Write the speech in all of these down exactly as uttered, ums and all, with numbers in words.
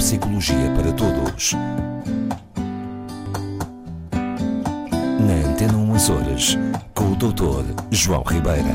Psicologia para Todos. Na Antena um Açores, com o doutor João Ribeira.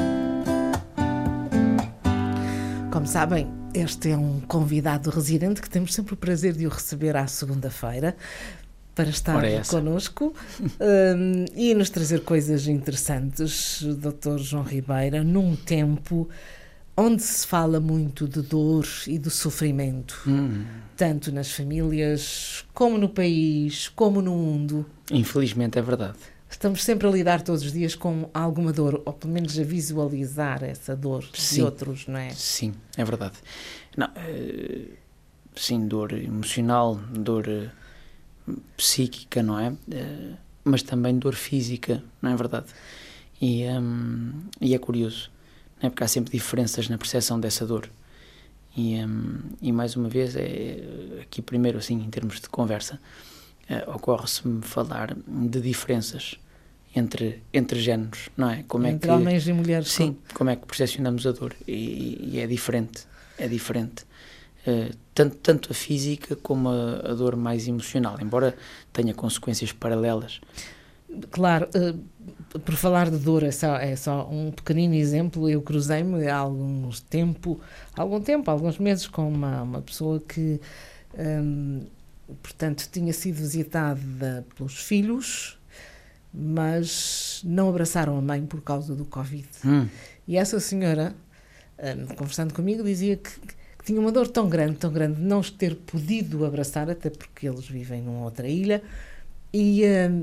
Como sabem, este é um convidado residente que temos sempre o prazer de o receber à segunda-feira para estar connosco um, e nos trazer coisas interessantes, doutor João Ribeira, num tempo onde se fala muito de dor e de sofrimento, hum. tanto nas famílias, como no país, como no mundo. Infelizmente é verdade. Estamos sempre a lidar todos os dias com alguma dor, ou pelo menos a visualizar essa dor sim, de outros, não é? Sim, é verdade. Não, uh, sim, dor emocional, dor uh, psíquica, não é? Uh, mas também dor física, não é verdade? E, um, e é curioso, não é? Porque há sempre diferenças na percepção dessa dor. E, um, e mais uma vez, é, aqui primeiro, assim, em termos de conversa, Uh, ocorre-se-me falar de diferenças entre, entre géneros, não é? Como entre é que, homens e mulheres. Sim, com... como é que percepcionamos a dor. E, e é diferente, é diferente. Uh, tanto, tanto a física como a, a dor mais emocional, embora tenha consequências paralelas. Claro, uh, por falar de dor, é só, é só um pequenino exemplo. Eu cruzei-me há alguns tempo, há algum tempo, há alguns meses, com uma, uma pessoa que... Um, portanto, tinha sido visitada pelos filhos, mas não abraçaram a mãe por causa do Covid. Hum. E essa senhora, um, conversando comigo, dizia que, que tinha uma dor tão grande, tão grande, de não os ter podido abraçar, até porque eles vivem numa outra ilha, e, um,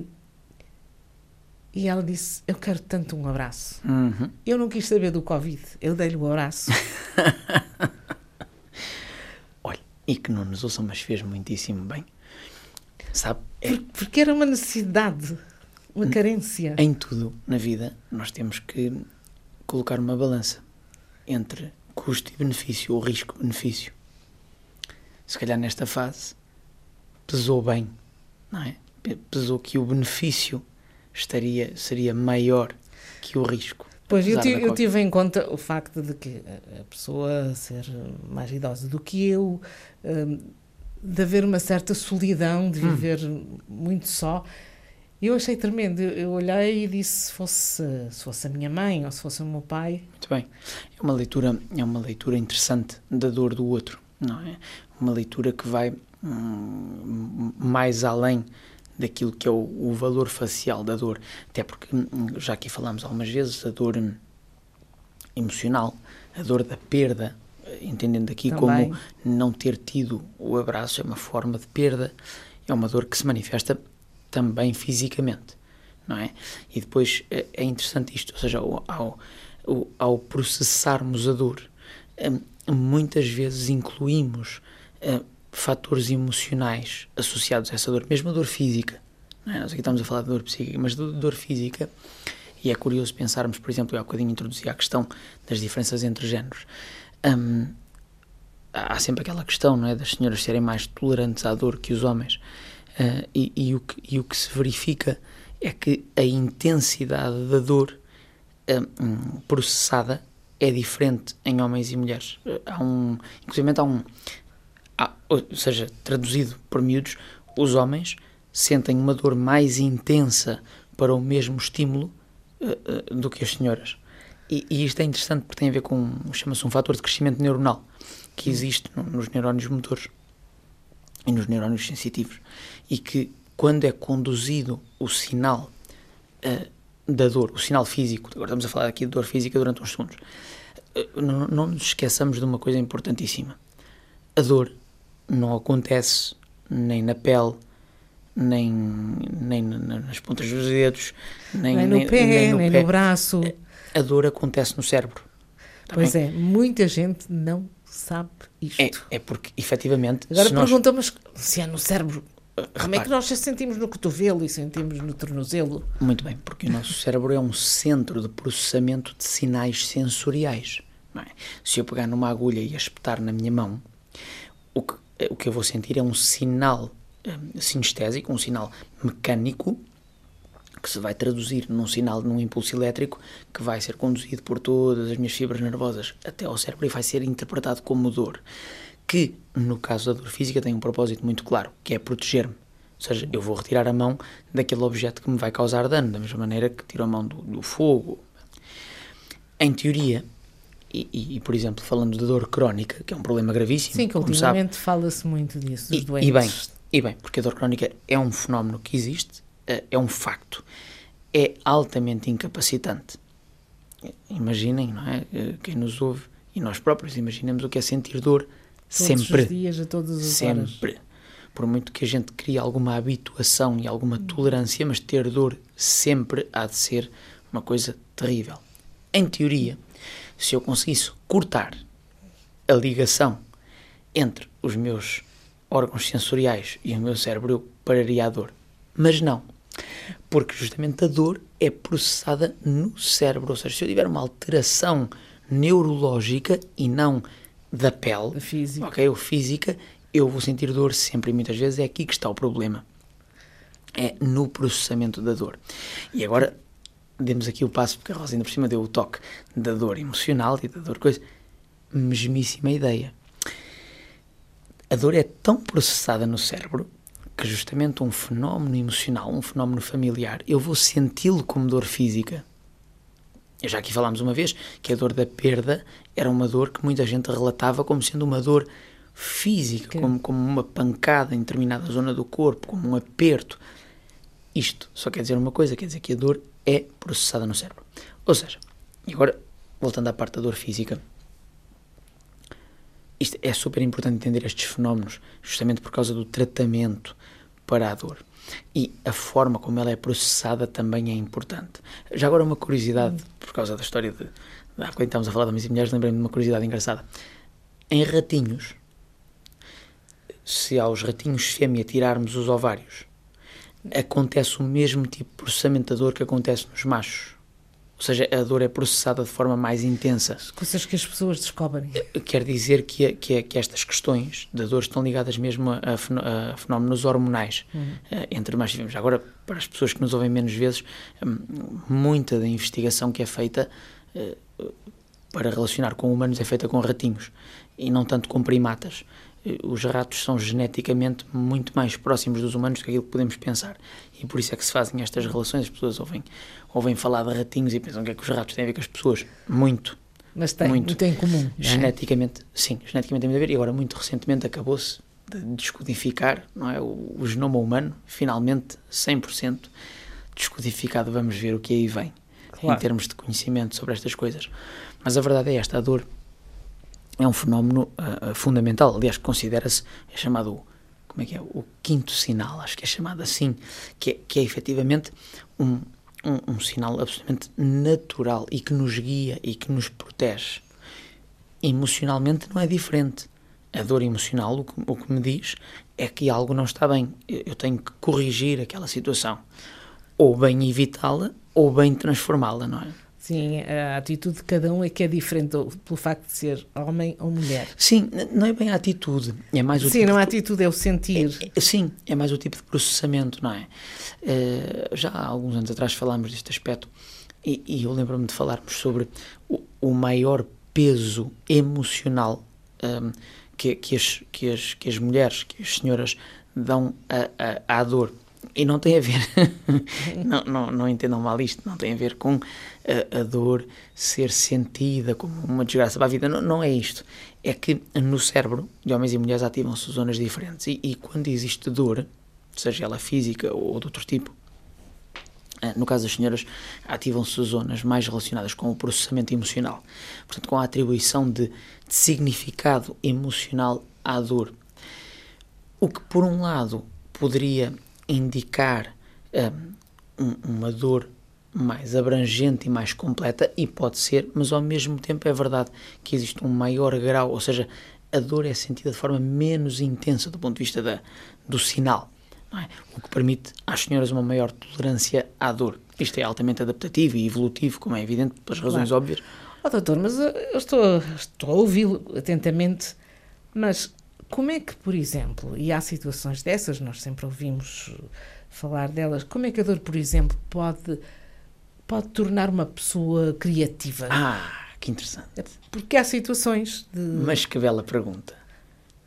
e ela disse, eu quero tanto um abraço. Uhum. Eu não quis saber do Covid, eu dei-lhe o abraço. E que não nos ouçam, mas fez muitíssimo bem. Sabe? É... Por, porque era uma necessidade, uma carência. Em tudo na vida, nós temos que colocar uma balança entre custo e benefício, ou risco-benefício. Se calhar nesta fase pesou bem, não é? Pesou que o benefício estaria, seria maior que o risco. Pois, eu, tive, eu tive em conta o facto de que a pessoa ser mais idosa do que eu, de haver uma certa solidão, de viver hum. muito só. Eu achei tremendo. Eu olhei e disse, se fosse, se fosse a minha mãe ou se fosse o meu pai... Muito bem. É uma leitura, é uma leitura interessante da dor do outro, não é? Uma leitura que vai hum, mais além daquilo que é o, o valor facial da dor, até porque, já aqui falámos algumas vezes, a dor emocional, a dor da perda, entendendo aqui também como não ter tido o abraço é uma forma de perda, é uma dor que se manifesta também fisicamente, não é? E depois é interessante isto, ou seja, ao, ao, ao processarmos a dor, muitas vezes incluímos fatores emocionais associados a essa dor, mesmo a dor física, não é? Nós aqui estamos a falar de dor psíquica, mas de dor física, e é curioso pensarmos, por exemplo, eu há bocadinho introduzi a questão das diferenças entre géneros. Hum, há sempre aquela questão, não é, das senhoras serem mais tolerantes à dor que os homens, uh, e, e, o que, e o que se verifica é que a intensidade da dor um, processada é diferente em homens e mulheres. Há um, inclusive há um Ah, ou seja, traduzido por miúdos, os homens sentem uma dor mais intensa para o mesmo estímulo uh, uh, do que as senhoras. E, e isto é interessante porque tem a ver com, chama-se um fator de crescimento neuronal, que existe no, nos neurónios motores e nos neurónios sensitivos, e que quando é conduzido o sinal uh, da dor, o sinal físico, agora estamos a falar aqui de dor física durante uns segundos, uh, não, não nos esqueçamos de uma coisa importantíssima. A dor não acontece nem na pele, nem, nem nas pontas dos dedos, nem, nem no nem, pé, nem, no, nem pé. no braço. A dor acontece no cérebro. Tá pois bem? é, muita gente não sabe isto. É, é porque, efetivamente... Agora perguntam, nós... mas se é no cérebro, como é que nós sentimos no cotovelo e sentimos no tornozelo? Muito bem, porque o nosso cérebro é um centro de processamento de sinais sensoriais. Não é? Se eu pegar numa agulha e a espetar na minha mão, o que o que eu vou sentir é um sinal um, sinestésico, um sinal mecânico, que se vai traduzir num sinal, num impulso elétrico, que vai ser conduzido por todas as minhas fibras nervosas até ao cérebro e vai ser interpretado como dor. que, no caso da dor física, tem um propósito muito claro, que é proteger-me. Ou seja, eu vou retirar a mão daquele objeto que me vai causar dano, da mesma maneira que tiro a mão do, do fogo. Em teoria, e, e, e, por exemplo, falando de dor crónica, que é um problema gravíssimo. Sim, que ultimamente fala-se muito disso, dos e, doentes. E bem, e bem, porque a dor crónica é um fenómeno que existe, é um facto, é altamente incapacitante. Imaginem, não é? Quem nos ouve, e nós próprios, imaginemos o que é sentir dor todos sempre. Todos os dias, a todas as sempre. horas. Sempre. Por muito que a gente crie alguma habituação e alguma tolerância, mas ter dor sempre há de ser uma coisa terrível. Em teoria, se eu conseguisse cortar a ligação entre os meus órgãos sensoriais e o meu cérebro, eu pararia a dor. Mas não, porque justamente a dor é processada no cérebro. Ou seja, se eu tiver uma alteração neurológica e não da pele, física. ok, ou física, eu vou sentir dor sempre, e muitas vezes é aqui que está o problema. É no processamento da dor. E agora, demos aqui o passo, porque a Rosa ainda por cima deu o toque da dor emocional e da dor coisa. Mesmíssima ideia. A dor é tão processada no cérebro que justamente um fenómeno emocional, um fenómeno familiar, eu vou senti-lo como dor física. Eu já aqui falámos uma vez que a dor da perda era uma dor que muita gente relatava como sendo uma dor física, como, como uma pancada em determinada zona do corpo, como um aperto. Isto só quer dizer uma coisa, quer dizer que a dor é processada no cérebro. Ou seja, e agora, voltando à parte da dor física, isto é super importante entender estes fenómenos, justamente por causa do tratamento para a dor. E a forma como ela é processada também é importante. Já agora uma curiosidade, por causa da história de... Há quando estávamos a falar de homens e mulheres, lembrei-me de uma curiosidade engraçada. Em ratinhos, se aos ratinhos fêmea tirarmos os ovários, acontece o mesmo tipo de processamento da dor que acontece nos machos. Ou seja, a dor é processada de forma mais intensa. Coisas que as pessoas descobrem. Quer dizer que, que, que estas questões da dor estão ligadas mesmo a, a, a fenómenos hormonais uhum. entre machos e fêmeas. Agora, para as pessoas que nos ouvem menos vezes, muita da investigação que é feita para relacionar com humanos é feita com ratinhos e não tanto com primatas. Os ratos são geneticamente muito mais próximos dos humanos do que aquilo que podemos pensar. E por isso é que se fazem estas relações. As pessoas ouvem, ouvem falar de ratinhos e pensam que é que os ratos têm a ver com as pessoas. Muito. Mas tem, muito, muito em comum. Geneticamente, é? Sim, geneticamente tem muito a ver. E agora, muito recentemente, acabou-se de descodificar, não é, o, o genoma humano, finalmente, cem por cento descodificado. Vamos ver o que aí vem, claro, em termos de conhecimento sobre estas coisas. Mas a verdade é esta, a dor é um fenómeno uh, fundamental, aliás, considera-se, é chamado, como é que é, o quinto sinal, acho que é chamado assim, que é, que é efetivamente um, um, um sinal absolutamente natural e que nos guia e que nos protege. Emocionalmente não é diferente. A dor emocional, o que, o que me diz, é que algo não está bem, eu tenho que corrigir aquela situação, ou bem evitá-la, ou bem transformá-la, não é? Sim, a atitude de cada um é que é diferente pelo facto de ser homem ou mulher. Sim, não é bem a atitude, é mais o sim, tipo não é a de... atitude, é o sentir. É, é, sim, é mais o tipo de processamento, não é? Uh, já há alguns anos atrás falámos deste aspecto e, e eu lembro-me de falarmos sobre o, o maior peso emocional um, que, que, as, que, as, que as mulheres, que as senhoras dão a, a, à dor. E não tem a ver, não, não, não entendam mal isto, não tem a ver com a, a dor ser sentida como uma desgraça para a vida, não, não é isto. É que no cérebro de homens e mulheres ativam-se zonas diferentes e, e quando existe dor, seja ela física ou de outro tipo, no caso das senhoras, ativam-se zonas mais relacionadas com o processamento emocional, portanto com a atribuição de, de significado emocional à dor. O que por um lado poderia indicar um, uma dor mais abrangente e mais completa, e pode ser, mas ao mesmo tempo é verdade que existe um maior grau, ou seja, a dor é sentida de forma menos intensa do ponto de vista da, do sinal, não é? O que permite às senhoras uma maior tolerância à dor. Isto é altamente adaptativo e evolutivo, como é evidente, pelas razões claro. óbvias. Oh, doutor, mas eu estou, estou a ouvi-lo atentamente, mas como é que, por exemplo, e há situações dessas, nós sempre ouvimos falar delas, como é que a dor, por exemplo, pode, pode tornar uma pessoa criativa? Ah, que interessante. Porque há situações de... Mas que bela pergunta.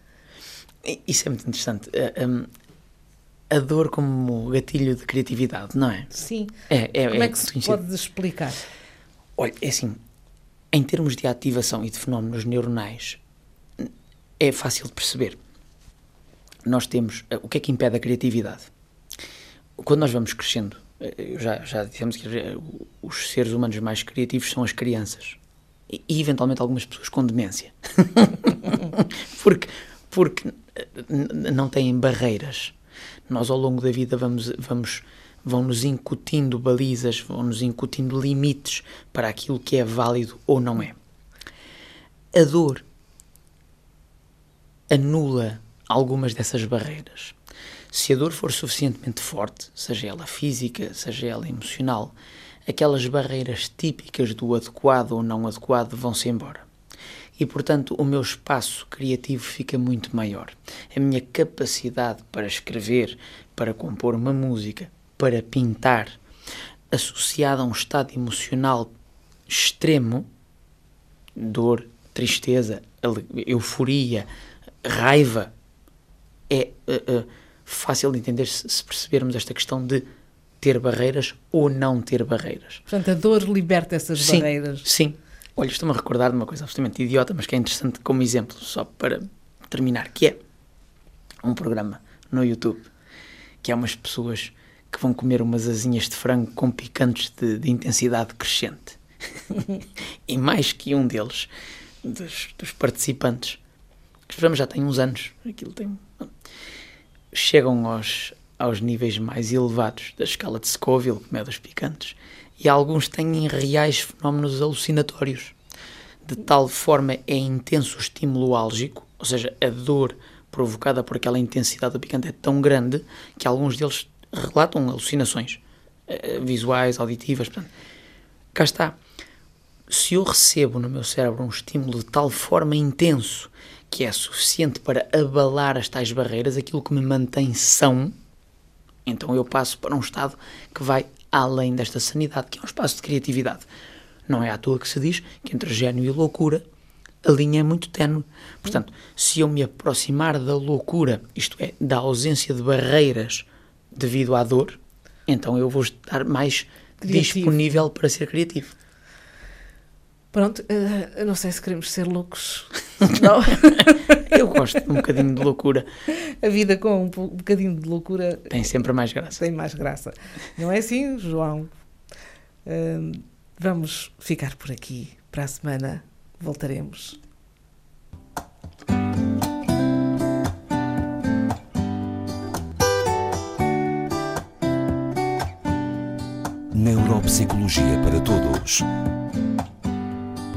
Isso é muito interessante. A, a, a dor como gatilho de criatividade, não é? Sim. É, é, como é, é que se conhecido. pode explicar? Olha, é assim, em termos de ativação e de fenómenos neuronais, é fácil de perceber. Nós temos... O que é que impede a criatividade? Quando nós vamos crescendo, já, já dissemos que os seres humanos mais criativos são as crianças. E, e eventualmente, algumas pessoas com demência. porque, porque não têm barreiras. Nós, ao longo da vida, vamos... vamos vão-nos incutindo balizas, vão-nos incutindo limites para aquilo que é válido ou não é. A dor anula algumas dessas barreiras. Se a dor for suficientemente forte, seja ela física, seja ela emocional, aquelas barreiras típicas do adequado ou não adequado vão-se embora. E, portanto, o meu espaço criativo fica muito maior. A minha capacidade para escrever, para compor uma música, para pintar, associada a um estado emocional extremo, dor, tristeza, euforia, raiva, é uh, uh, fácil de entender se, se percebermos esta questão de ter barreiras ou não ter barreiras. Portanto, a dor liberta essas sim, barreiras. Sim. Olha, estou-me a recordar de uma coisa absolutamente idiota, mas que é interessante como exemplo, só para terminar, que é um programa no YouTube, que é umas pessoas que vão comer umas asinhas de frango com picantes de, de intensidade crescente. E mais que um deles, dos, dos participantes, que o programa já tem uns anos, aquilo tem, chegam aos, aos níveis mais elevados da escala de Scoville, como é dos picantes, e alguns têm reais fenómenos alucinatórios. De tal forma é intenso o estímulo álgico, ou seja, a dor provocada por aquela intensidade do picante é tão grande que alguns deles relatam alucinações uh, visuais, auditivas. Portanto, cá está. Se eu recebo no meu cérebro um estímulo de tal forma intenso que é suficiente para abalar as tais barreiras, aquilo que me mantém são, então eu passo para um estado que vai além desta sanidade, que é um espaço de criatividade. Não é à toa que se diz que entre gênio e loucura a linha é muito ténue. Portanto, se eu me aproximar da loucura, isto é, da ausência de barreiras devido à dor, então eu vou estar mais criativo, disponível para ser criativo. Pronto, uh, eu não sei se queremos ser loucos. Não. Eu gosto de um bocadinho de loucura. A vida com um bocadinho de loucura tem sempre mais graça. Tem mais graça. Não é assim, João? Uh, vamos ficar por aqui. Para a semana voltaremos. Neuropsicologia para todos.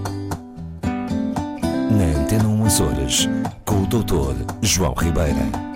Na Antena um Açores, com o doutor João Ribeira.